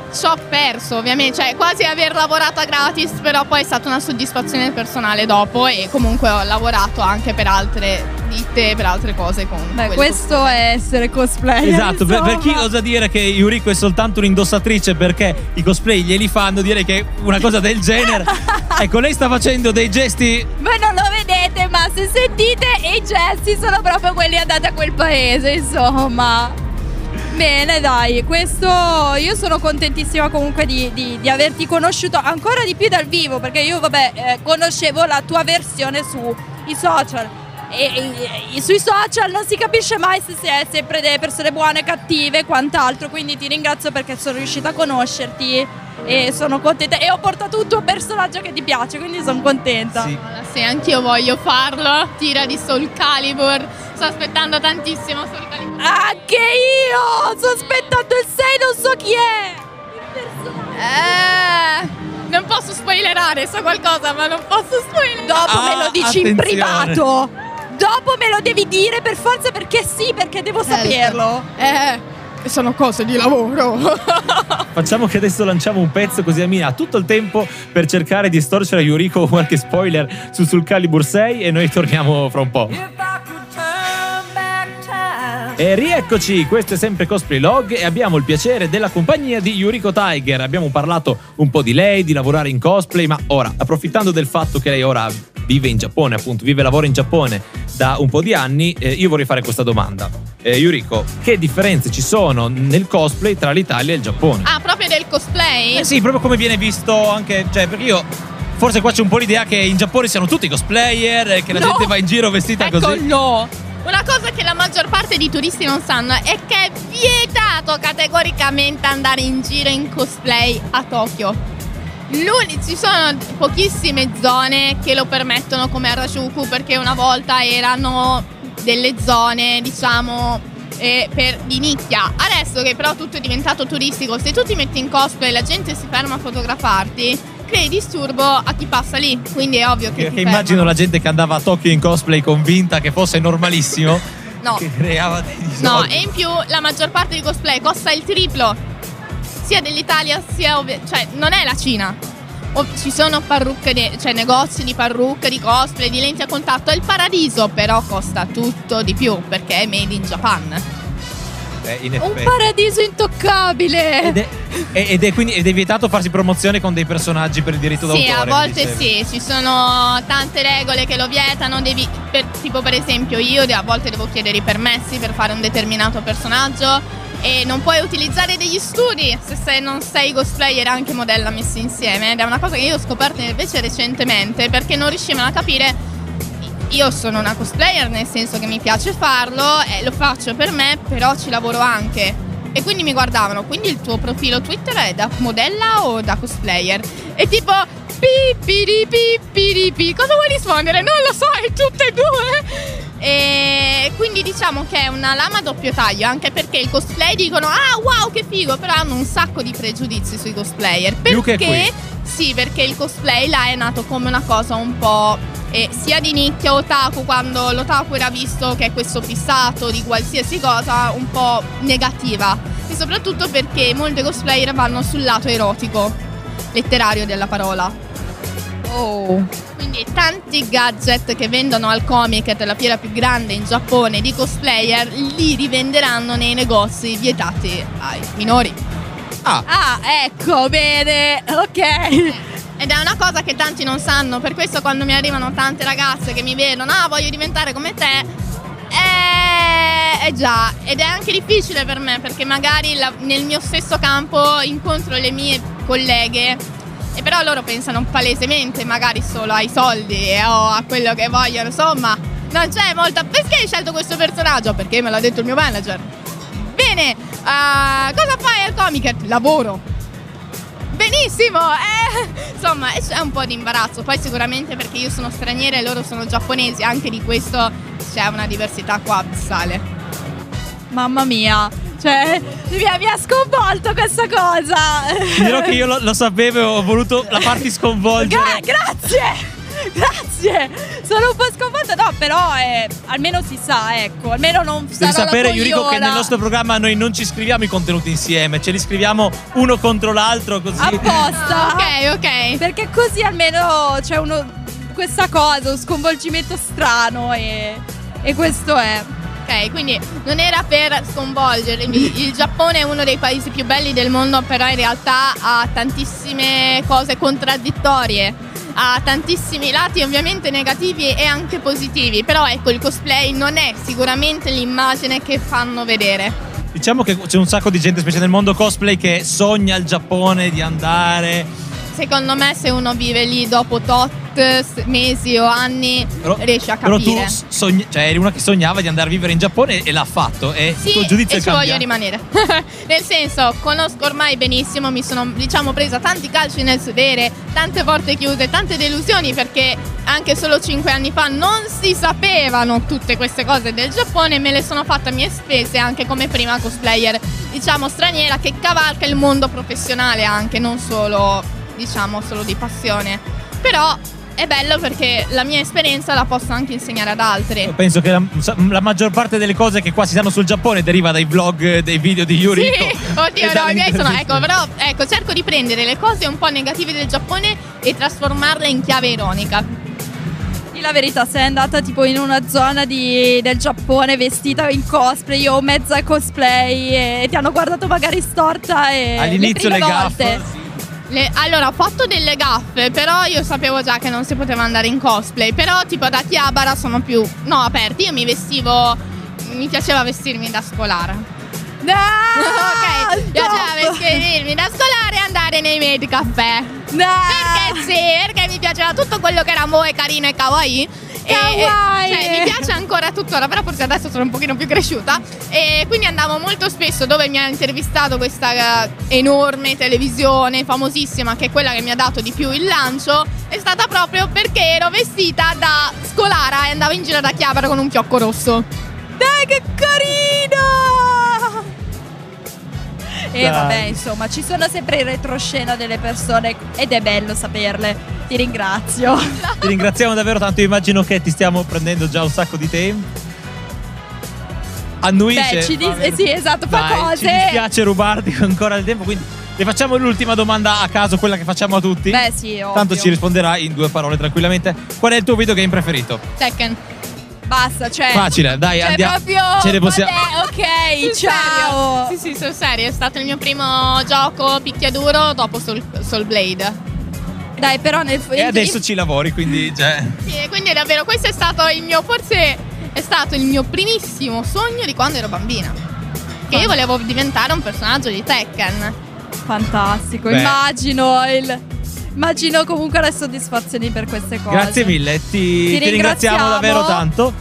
ci ho perso ovviamente, cioè quasi aver lavorato a gratis, però poi è stata una soddisfazione personale dopo, e comunque ho lavorato anche per altre ditte, per altre cose con Beh, quelle questo è essere cosplayer. Esatto, per, per chi insomma. osa dire che Yuriko è soltanto un'indossatrice perché i cosplay glieli fanno, direi che una cosa del genere. Ecco, lei sta facendo dei gesti. Voi non lo vedete, ma se sentite i gesti sono proprio quelli andati a quel paese, insomma. Bene, dai, questo io sono contentissima comunque di, di, di averti conosciuto ancora di più dal vivo, perché io, vabbè, eh, conoscevo la tua versione sui social. E, e, e sui social non si capisce mai se si è sempre delle persone buone, cattive e quant'altro, quindi ti ringrazio perché sono riuscita a conoscerti e sono contenta, e ho portato un tuo personaggio che ti piace, quindi sono contenta. Sì. Sì, anch'io voglio farlo. Tira di Soul Calibur. Sto aspettando tantissimo Soul Calibur. Anche io sto aspettando il sei, non so chi è il personaggio. Eh, non posso spoilerare, so qualcosa, ma non posso spoilerare. Dopo Ah, me lo dici in attenzione. privato. Dopo me lo devi dire per forza, perché sì, perché devo saperlo. Eh, sono cose di lavoro. Facciamo che adesso lanciamo un pezzo, così Amina ha tutto il tempo per cercare di storcere a Yuriko qualche spoiler su Soul Calibur sei, e noi torniamo fra un po'. E rieccoci, questo è sempre Cosplay Log e abbiamo il piacere della compagnia di Yuriko Tiger. Abbiamo parlato un po' di lei, di lavorare in cosplay, ma ora, approfittando del fatto che lei ora vive in Giappone, appunto, vive e lavora in Giappone da un po' di anni, eh, io vorrei fare questa domanda. Eh, Yuriko, che differenze ci sono nel cosplay tra l'Italia e il Giappone? Ah, proprio del cosplay? Eh sì, proprio come viene visto anche, cioè, perché io forse qua c'è un po' l'idea che in Giappone siano tutti cosplayer e che la No. gente va in giro vestita Ecco, così. no. Una cosa che la maggior parte di turisti non sanno è che è vietato categoricamente andare in giro in cosplay a Tokyo. L'uni- ci sono pochissime zone che lo permettono, come Harajuku, perché una volta erano delle zone, diciamo, eh, per di nicchia. Adesso che però tutto è diventato turistico, se tu ti metti in cosplay e la gente si ferma a fotografarti, crei disturbo a chi passa lì, quindi è ovvio che Che, ti che immagino fermano. la gente che andava a Tokyo in cosplay convinta che fosse normalissimo, No. che creava dei disordini. No, e in più la maggior parte di cosplay costa il triplo, sia dell'Italia sia ovvi- cioè non è la Cina. O- ci sono parrucche, di- cioè negozi di parrucche, di cosplay, di lenti a contatto, è il paradiso, però costa tutto di più perché è made in Japan. Eh, in Un effetti. paradiso intoccabile. Ed è, ed, è quindi, ed è vietato farsi promozione con dei personaggi per il diritto Sì, d'autore. a mi volte dicevi. sì, ci sono tante regole che lo vietano, devi, per- tipo per esempio io de- a volte devo chiedere i permessi per fare un determinato personaggio e non puoi utilizzare degli studi se sei- non sei cosplayer anche modella messi insieme, ed è una cosa che io ho scoperto invece recentemente perché non riuscivano a capire. Io sono una cosplayer nel senso che mi piace farlo e lo faccio per me, però ci lavoro anche. E quindi mi guardavano, quindi il tuo profilo Twitter è da modella o da cosplayer? E tipo, pipiri pipiri pi, cosa vuoi rispondere? Non lo so, è tutte e due. E quindi diciamo che è una lama a doppio taglio, anche perché il cosplay dicono, ah wow che figo, però hanno un sacco di pregiudizi sui cosplayer. Più che Perché? Sì, perché il cosplay là è nato come una cosa un po'... E sia di nicchia otaku, quando l'otaku era visto che è questo fissato di qualsiasi cosa un po' negativa, e soprattutto perché molte cosplayer vanno sul lato erotico letterario della parola. Oh. Quindi tanti gadget che vendono al Comiket, la fiera più grande in Giappone di cosplayer, li rivenderanno nei negozi vietati ai minori. Ah, Ah, ecco, bene, ok. Ed è una cosa che tanti non sanno, per questo quando mi arrivano tante ragazze che mi vedono, ah voglio diventare come te, eh, eh già, ed è anche difficile per me perché magari la- nel mio stesso campo incontro le mie colleghe e però loro pensano palesemente magari solo ai soldi e o a quello che vogliono, insomma, non c'è molta... Perché hai scelto questo personaggio? Perché me l'ha detto il mio manager. Bene, ah, cosa fai al Comiket? Lavoro. Benissimo, eh, insomma c'è un po' di imbarazzo, poi sicuramente perché io sono straniera e loro sono giapponesi, anche di questo c'è una diversità qua abissale. Mamma mia, cioè, mi ha, mi ha sconvolto questa cosa. ti dirò che io lo, lo sapevo e ho voluto la farti sconvolgere. Gra- grazie, Grazie. Sono un po' sconvolta. No, però eh, almeno si sa, ecco. Almeno non sarò Devi sapere, la Yuriko, che cogliona. nel nostro programma noi non ci scriviamo i contenuti insieme, ce li scriviamo uno contro l'altro così. Apposta. Ok, ok. Perché così almeno c'è uno questa cosa, un sconvolgimento strano e, e questo è. Ok, quindi non era per sconvolgermi. Il Giappone è uno dei paesi più belli del mondo, però in realtà ha tantissime cose contraddittorie, ha tantissimi lati ovviamente negativi e anche positivi. Però ecco, il cosplay non è sicuramente l'immagine che fanno vedere. Diciamo che c'è un sacco di gente, specie nel mondo cosplay, che sogna il Giappone di andare. Secondo me se uno vive lì dopo tot mesi o anni Però, riesce a però capire. tu sogni- cioè eri una che sognava di andare a vivere in Giappone e l'ha fatto, e Sì, il tuo giudizio e è ci voglio cambiato. rimanere. Nel senso, conosco ormai benissimo, mi sono diciamo presa tanti calci nel sedere, tante porte chiuse, tante delusioni, perché anche solo cinque anni fa non si sapevano tutte queste cose del Giappone e me le sono fatte a mie spese anche come prima cosplayer, diciamo straniera, che cavalca il mondo professionale anche, non solo, diciamo, solo di passione. Però è bello perché la mia esperienza la posso anche insegnare ad altri. Penso che la, la maggior parte delle cose che qua si sanno sul Giappone deriva dai vlog, dei video di Yuriko. Sì, oddio, E no, dalle i miei sono, interviste. ecco, però, ecco, cerco di prendere le cose un po' negative del Giappone e trasformarle in chiave ironica. Dì la verità, sei andata tipo in una zona di- del Giappone vestita in cosplay o mezza cosplay e ti hanno guardato magari storta e All'inizio le le, prime gaffe. volte. Le- allora, ho fatto delle gaffe, però io sapevo già che non si poteva andare in cosplay. Però, tipo, da Chiabara sono più, no, aperti. Io mi vestivo, mi piaceva vestirmi da scolare. No, Ok, mi piaceva stop. vestirmi da scolare e andare nei medi caffè. No. Perché sì, perché mi piaceva tutto quello che era moe, carino e kawaii. E- Kawaii. e- cioè, mi piace ancora tuttora, però forse adesso sono un pochino più cresciuta. E quindi andavo molto spesso dove mi ha intervistato questa eh, enorme televisione famosissima, che è quella che mi ha dato di più il lancio. È stata proprio perché ero vestita da scolara e andavo in giro da Chiabara con un fiocco rosso. Dai, che carino! E Dai. vabbè, insomma, ci sono sempre in retroscena delle persone ed è bello saperle. Ti ringrazio. Ti ringraziamo davvero tanto, io immagino che ti stiamo prendendo già un sacco di tempo. Annuisce. Beh, ci dis- va bene. sì, esatto, fa Dai, cose. Ci dispiace rubarti ancora del tempo, quindi le facciamo l'ultima domanda a caso, quella che facciamo a tutti. Beh, sì, ovvio. Tanto ci risponderai in due parole tranquillamente. Qual è il tuo videogame preferito? Tekken. Basta, cioè. Facile, dai, Cioè, andiamo. proprio. Ce ne possiamo. Vabbè, ok, Sul ciao. serio? Sì, sì, sul serio. È stato il mio primo gioco picchiaduro dopo Soul, Soul Blade. Dai, però nel E adesso ci lavori, quindi cioè. Sì, quindi davvero questo è stato il mio, forse è stato il mio primissimo sogno di quando ero bambina. Che io volevo diventare un personaggio di Tekken. Fantastico, Beh. immagino il. Immagino comunque le soddisfazioni per queste cose. Grazie mille, ti, Ti ti ringraziamo ringraziamo. davvero tanto.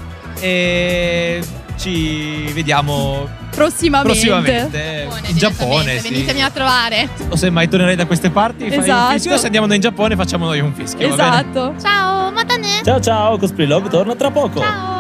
E ci vediamo Prossimamente. prossimamente Buone, in Giappone. direttamente, Sì. venitemi a trovare. O se mai tornerai da queste parti, fai Esatto. un fischio. E se andiamo noi in Giappone, facciamo noi un fischio. Va bene? Esatto. Ciao, matane. Ciao ciao, Cosplay Love torna tra poco. Ciao.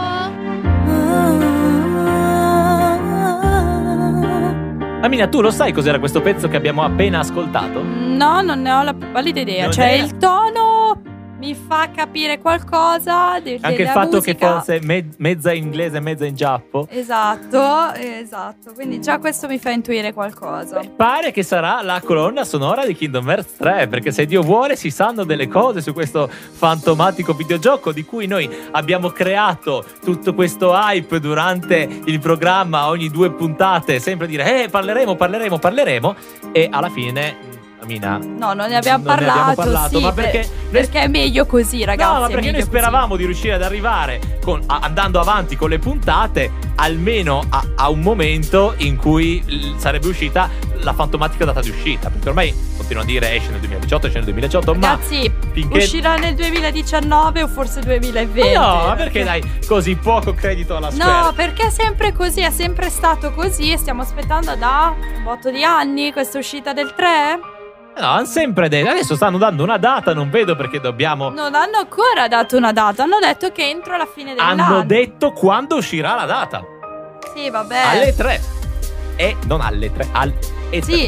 Amina, tu lo sai cos'era questo pezzo che abbiamo appena ascoltato? No, non ne ho la più pallida idea. Non Cioè, era- il tono mi fa capire qualcosa. de- Anche il della fatto che musica. fosse me- mezza inglese e mezza in giappo. Esatto, esatto. Quindi già questo mi fa intuire qualcosa. Pare che sarà la colonna sonora di Kingdom Hearts tre, perché se Dio vuole si sanno delle cose su questo fantomatico videogioco di cui noi abbiamo creato tutto questo hype durante il programma, ogni due puntate, sempre dire eh parleremo, parleremo, parleremo, e alla fine Amina, No, non ne abbiamo non ne parlato. abbiamo parlato, sì, ma perché per- perché è meglio così, ragazzi. no, ma è perché noi meglio speravamo di riuscire ad arrivare con- a- andando avanti con le puntate almeno a, a un momento in cui l- sarebbe uscita la fantomatica data di uscita, perché ormai continuo a dire esce nel duemiladiciotto, esce nel duemiladiciotto, così. ma Ragazzi, finché uscirà nel duemiladiciannove o forse duemilaventi. no, ma perché dai così poco credito alla Square? No, perché è sempre così, è sempre stato così e stiamo aspettando da un botto di anni questa uscita del tre? No, hanno sempre detto. Adesso stanno dando una data, non vedo perché dobbiamo. Non hanno ancora dato una data, hanno detto che entro la fine dell'anno. Hanno detto quando uscirà la data. Sì, vabbè. Alle tre. E non alle tre, alle tre. Sì,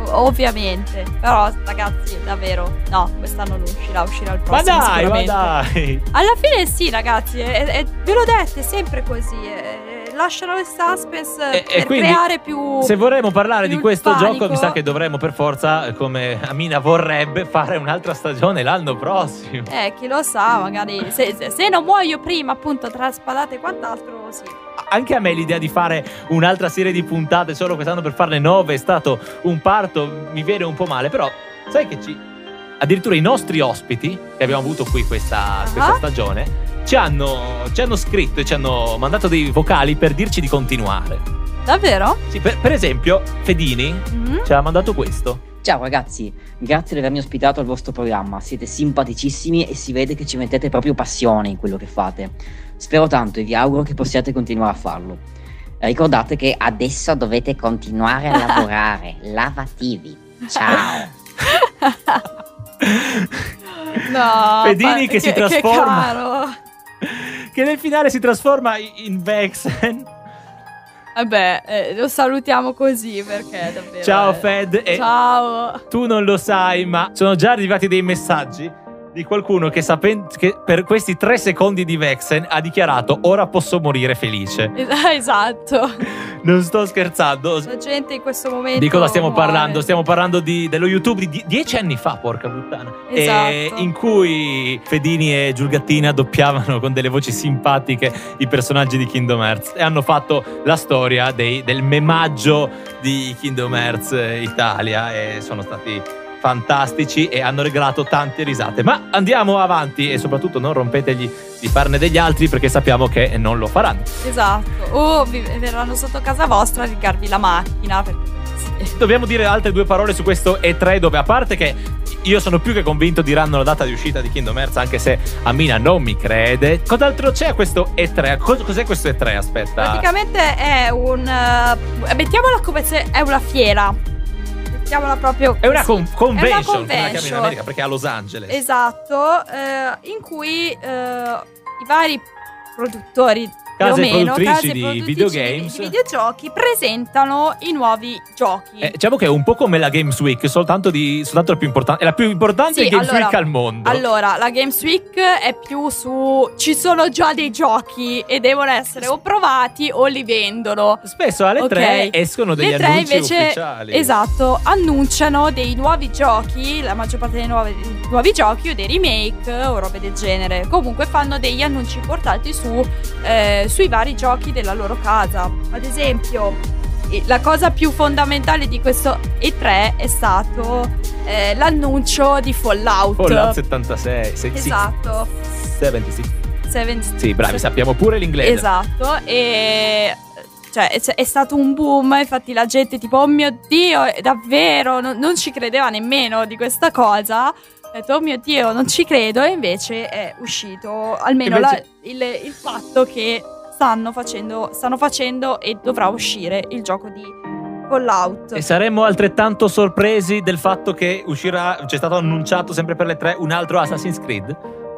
ovviamente. Però ragazzi, davvero, no, quest'anno non uscirà, uscirà il prossimo. Ma dai, ma sicuramente. dai. Alla fine sì, ragazzi, è, è- ve l'ho detto, è sempre così. è- lasciano il suspense E- e per quindi, creare più. Se vorremmo parlare più di questo panico. gioco, mi sa che dovremmo per forza, come Amina vorrebbe, fare un'altra stagione l'anno prossimo. Eh, chi lo sa, magari. Se, se- se non muoio prima, appunto, tra spadate e quant'altro, sì. Anche a me l'idea di fare un'altra serie di puntate solo quest'anno per farne nove è stato un parto, mi viene un po' male, però sai che ci addirittura i nostri ospiti che abbiamo avuto qui questa, questa Ah. stagione ci hanno, ci hanno scritto e ci hanno mandato dei vocali per dirci di continuare. Davvero? Sì, per, per esempio Fedini Mhm. ci ha mandato questo. Ciao ragazzi, grazie di avermi ospitato al vostro programma, siete simpaticissimi e si vede che ci mettete proprio passione in quello che fate. Spero tanto e vi auguro che possiate continuare a farlo. Ricordate che adesso dovete continuare a lavorare, lavativi. Ciao! No. Fedini fa- che si trasforma. Che caro. Che nel finale si trasforma in- in Vexen. Vabbè, eh, lo salutiamo così perché davvero. Ciao eh. Fed. E Ciao. tu non lo sai, ma sono già arrivati dei messaggi di qualcuno che, sapen- che per questi tre secondi di Vexen ha dichiarato: ora posso morire felice. Es- Esatto. Non sto scherzando. La gente in questo momento. Di cosa stiamo muore. parlando? Stiamo parlando di- dello YouTube di die- dieci anni fa, porca puttana. Esatto. E in cui Fedini e Giulgattina doppiavano con delle voci simpatiche i personaggi di Kingdom Hearts e hanno fatto la storia dei- del memaggio di Kingdom Hearts Italia e sono stati fantastici e hanno regalato tante risate. Ma andiamo avanti e soprattutto non rompetegli di farne degli altri perché sappiamo che non lo faranno. Esatto. O vi verranno sotto casa vostra a rigarvi la macchina. Perché sì. Dobbiamo dire altre due parole su questo E tre, dove a parte che io sono più che convinto diranno la data di uscita di Kingdom Hearts, anche se Amina non mi crede. Cos'altro c'è a questo E tre? Cos- cos'è questo E tre? Aspetta. Praticamente è un. eh, mettiamola come se è una fiera. Mettiamola proprio. È una così. con- convention, È una come la chiamano in convention. America, perché è a Los Angeles. Esatto, eh, in cui eh, i vari produttori Case più o meno, produttrici case di produttrici videogames. di videogiochi presentano i nuovi giochi. Eh, diciamo che è un po' come la Games Week, soltanto, di, soltanto la più importante. È la più importante Sì, Games allora- Week al mondo. Allora, la Games Week è più su ci sono già dei giochi e devono essere o provati o li vendono. Spesso alle Ok. tre escono degli Le tre annunci invece, ufficiali. esatto, annunciano dei nuovi giochi, la maggior parte dei nuovi, nuovi giochi o dei remake o robe del genere. Comunque fanno degli annunci importanti su, eh, sui vari giochi della loro casa. Ad esempio, eh, la cosa più fondamentale di questo E tre è stato eh, l'annuncio di Fallout. Fallout settantasei. se- Esatto. settantasei. Seven- Sì, bravi, sappiamo pure l'inglese. Esatto, e cioè è, è stato un boom, infatti la gente tipo oh mio Dio, è davvero, non, non ci credeva nemmeno di questa cosa. Ha detto oh mio Dio, non ci credo, e invece è uscito almeno Invece- la- il, il fatto che stanno facendo, stanno facendo e dovrà uscire il gioco di Fallout. E saremmo altrettanto sorpresi del fatto che uscirà, c'è stato annunciato sempre per le tre un altro Assassin's Creed.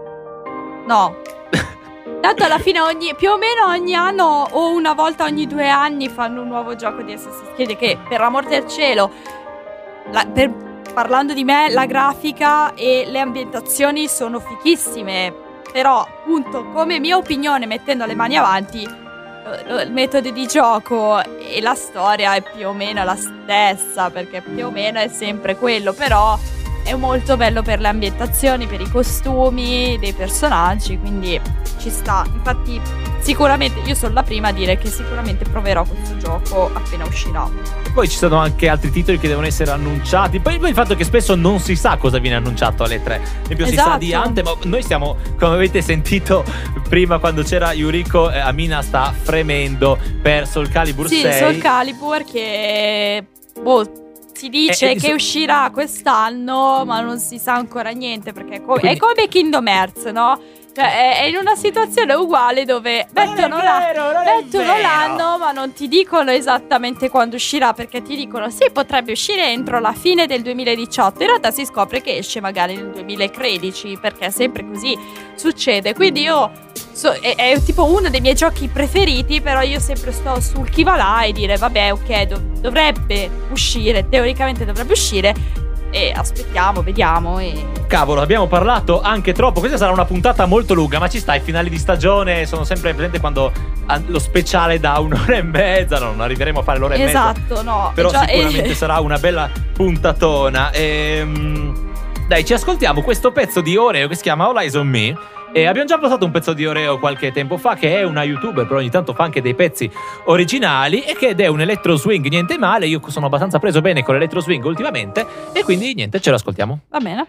No. Tanto alla fine ogni, più o meno ogni anno o una volta ogni due anni fanno un nuovo gioco di Assassin's Creed che per amor del cielo, la- per- parlando di me, la grafica e le ambientazioni sono fichissime. Però appunto come mia opinione, mettendo le mani avanti, lo- lo- il metodo di gioco e la storia è più o meno la stessa, perché più o meno è sempre quello. Però è molto bello per le ambientazioni, per i costumi dei personaggi, quindi ci sta. Infatti sicuramente io sono la prima a dire che sicuramente proverò questo gioco appena uscirà. Poi ci sono anche altri titoli che devono essere annunciati. Poi, poi il fatto che spesso non si sa cosa viene annunciato alle tre. Ad esempio si sa Esatto. di Anthem, ma noi stiamo, come avete sentito prima quando c'era Yuriko, eh, Amina sta fremendo per Soul Calibur Sì, sei. Soul Calibur che boh, si dice Eh, eh, che so- uscirà quest'anno, ma non si sa ancora niente, perché è, co- Quindi- è come Kingdom Hearts, no? Cioè è, è in una situazione uguale dove Ma non è mettono, la- vero, non è mettono vero. l'anno, ma non ti dicono esattamente quando uscirà, perché ti dicono sì, potrebbe uscire entro la fine del duemiladiciotto. In realtà si scopre che esce magari nel duemilatredici, perché sempre così succede. Quindi io so, è, è tipo uno dei miei giochi preferiti, però io sempre sto sul chi va là e dire vabbè, ok, do- dovrebbe uscire, teoricamente dovrebbe uscire, e aspettiamo, vediamo. E... Cavolo, abbiamo parlato anche troppo. Questa sarà una puntata molto lunga, ma ci sta, i finali di stagione sono sempre presente quando lo speciale da un'ora e mezza. No, non arriveremo a fare l'ora e esatto, mezza. No, però già, sicuramente eh. sarà una bella puntatona. Ehm, dai, ci ascoltiamo questo pezzo di Oreo che si chiama All Eyes on Me. E abbiamo già passato un pezzo di Oreo qualche tempo fa, che è una youtuber, però ogni tanto fa anche dei pezzi originali, e che ed è un electro swing niente male. Io sono abbastanza preso bene con l'electro swing ultimamente, e quindi niente, ce l'ascoltiamo. Va bene.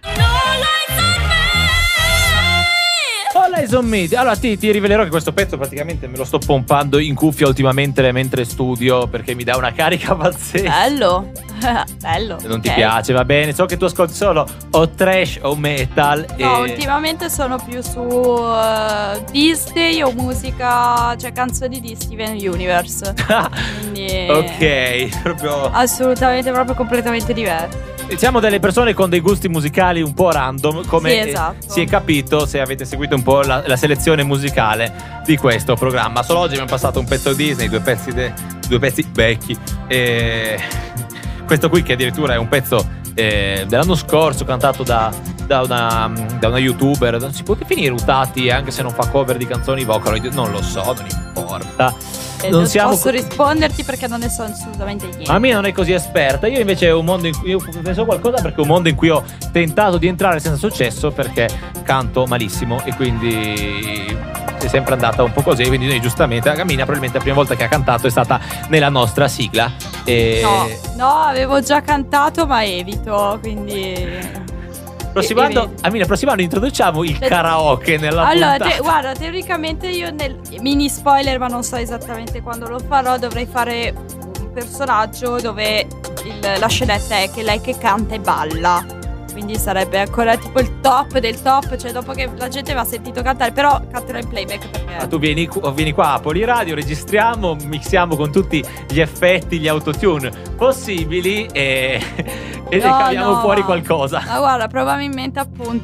All Eyes on Me. Allora ti, ti rivelerò che questo pezzo praticamente me lo sto pompando in cuffia ultimamente mentre studio, perché mi dà una carica pazzesca. Bello. Bello. Se non okay. ti piace, va bene. So che tu ascolti solo o trash o metal. No, e... ultimamente sono più su uh, Disney o musica, cioè canzoni di Steven Universe. Quindi ok, proprio assolutamente, proprio completamente diverso. Siamo delle persone con dei gusti musicali un po' random, come sì, esatto. si è capito se avete seguito un po' la, la selezione musicale di questo programma. Solo oggi abbiamo passato un pezzo Disney, due pezzi, de, due pezzi vecchi, e questo qui che addirittura è un pezzo eh, dell'anno scorso, cantato da, da, una, da una youtuber. Non si può definire Utati, anche se non fa cover di canzoni Vocaloid, non lo so, non importa. Eh, non non siamo posso co- risponderti perché non ne so assolutamente niente. A me non è così esperta. Io invece è un mondo in cui io penso qualcosa, perché è un mondo in cui ho tentato di entrare senza successo, perché canto malissimo e quindi è sempre andata un po' così. Quindi noi giustamente, la Camina probabilmente la prima volta che ha cantato è stata nella nostra sigla. E... No, no, avevo già cantato ma evito, quindi... Prossimo anno, Amina, prossimo anno introduciamo il karaoke nella allora, puntata. te, guarda, teoricamente io nel mini spoiler, ma non so esattamente quando lo farò, dovrei fare un personaggio dove il, la scenetta è che lei che canta e balla. Quindi sarebbe ancora tipo il top del top, cioè dopo che la gente mi ha sentito cantare, però canterò in playback perché... Ah, tu vieni, vieni qua a Poliradio, registriamo, mixiamo con tutti gli effetti, gli autotune possibili e, e No, ne caviamo no. fuori qualcosa. Ma guarda, probabilmente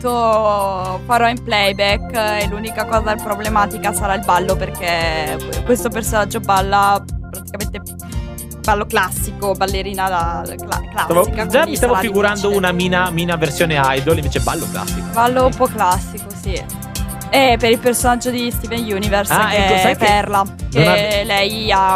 appunto farò in playback e l'unica cosa problematica sarà il ballo, perché questo personaggio balla praticamente ballo classico, ballerina da, cla- Stavo- classica. già quindi mi stavo sarà figurando difficile. una mina, mina versione idol, invece ballo classico. Ballo un po' classico, sì. E per il personaggio di Steven Universe, Ah, che ecco, sai è che Perla, che non ave- lei ha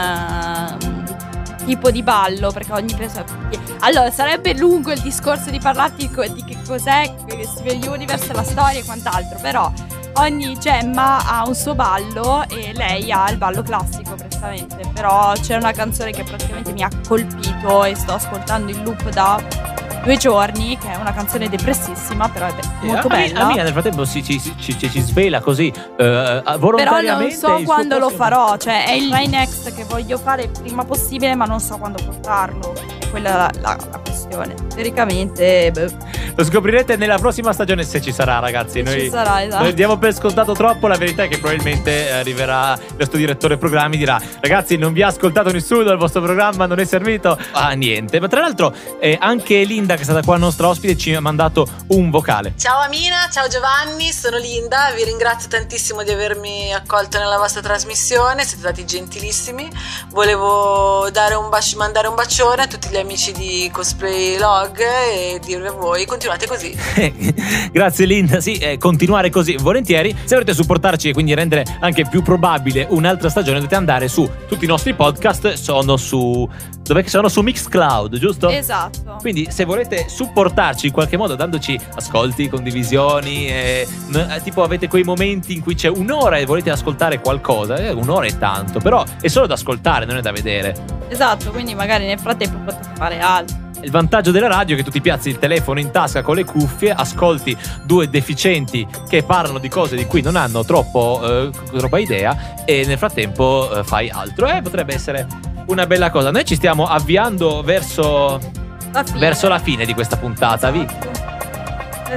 un uh, tipo di ballo, perché ogni persona... Allora, sarebbe lungo il discorso di parlarti co- di che cos'è Steven Universe, la storia e quant'altro, però ogni gemma ha un suo ballo e lei ha il ballo classico praticamente. Però c'è una canzone che praticamente mi ha colpito e sto ascoltando in loop da due giorni, che è una canzone depressissima, però è be- molto Eh, bella. Amina nel frattempo si, ci, ci, ci, ci svela così eh, Però volontariamente. non so il suo quando lo prossimo- farò, cioè è il My Next che voglio fare il prima possibile, ma non so quando portarlo. È quella la, la, la questione. Teoricamente, beh, Lo scoprirete nella prossima stagione, se ci sarà, ragazzi. se Noi, ci sarà, esatto. noi diamo per scontato troppo. La verità è che probabilmente arriverà il nostro direttore programmi, dirà: ragazzi, non vi ha ascoltato nessuno, il vostro programma non è servito a niente. Ma tra l'altro eh, anche Linda, che è stata qua nostra ospite, ci ha mandato un vocale. Ciao Amina, ciao Giovanni, sono Linda, vi ringrazio tantissimo di avermi accolto nella vostra trasmissione, siete stati gentilissimi. Volevo dare un baci- mandare un bacione a tutti gli amici di Cosplay Log e dirvi a voi: continuate così. Grazie Linda, sì, eh, continuare così volentieri. Se volete supportarci e quindi rendere anche più probabile un'altra stagione, dovete andare su tutti i nostri podcast. Sono su... dov'è che sono? Su Mixcloud, giusto? Esatto. Quindi se volete supportarci in qualche modo dandoci ascolti, condivisioni, eh, n- tipo avete quei momenti in cui c'è un'ora e volete ascoltare qualcosa, eh, un'ora è tanto, però è solo da ascoltare, non è da vedere. Esatto, quindi magari nel frattempo potete fare altro. Il vantaggio della radio è che tu ti piazzi il telefono in tasca con le cuffie, ascolti due deficienti che parlano di cose di cui non hanno troppo eh, troppa idea, e nel frattempo eh, fai altro. E eh, potrebbe essere una bella cosa. Noi ci stiamo avviando verso La fine. verso la fine di questa puntata. Vi, Adesso-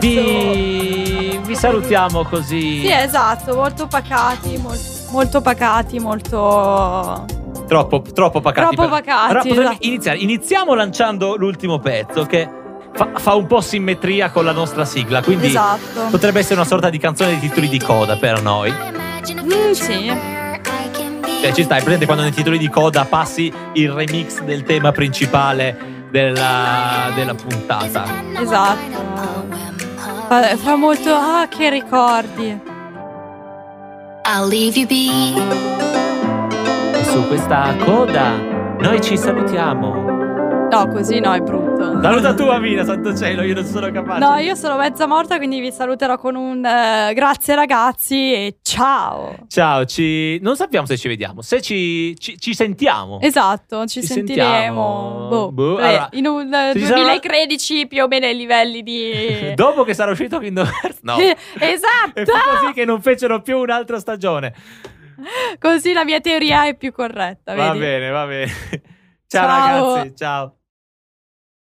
vi, vi salutiamo così. Sì, esatto, molto pacati, mol- molto pacati, molto... Troppo, troppo pacati. Troppo per- pacati, Allora potremmo esatto. iniziare. Iniziamo lanciando l'ultimo pezzo che fa, fa un po' simmetria con la nostra sigla. Quindi Esatto. potrebbe essere una sorta di canzone di titoli di coda per noi. Mm, sì. Cioè, ci stai, presente quando nei titoli di coda passi il remix del tema principale della, della puntata. Esatto. Fa, fa molto. Ah, che ricordi. I'll leave you be. E su questa coda noi ci salutiamo. No, così no, è brutto. Saluta tu, Amina, santo cielo, io non sono capace. No, io sono mezza morta, quindi vi saluterò con un eh, grazie ragazzi e ciao. Ciao, ci... non sappiamo se ci vediamo, se ci, ci, ci sentiamo. Esatto, ci, Ci sentiremo. sentiamo. Boh, Boh, eh, allora, in un eh, se ci sarà- duemilatredici più o meno ai livelli di... Dopo che sarà uscito Kingdom Hearts, no. Esatto. E fu così che non fecero più un'altra stagione. Così la mia teoria è più corretta, Va vedi? bene, va bene. Ciao, Ciao. ragazzi, ciao.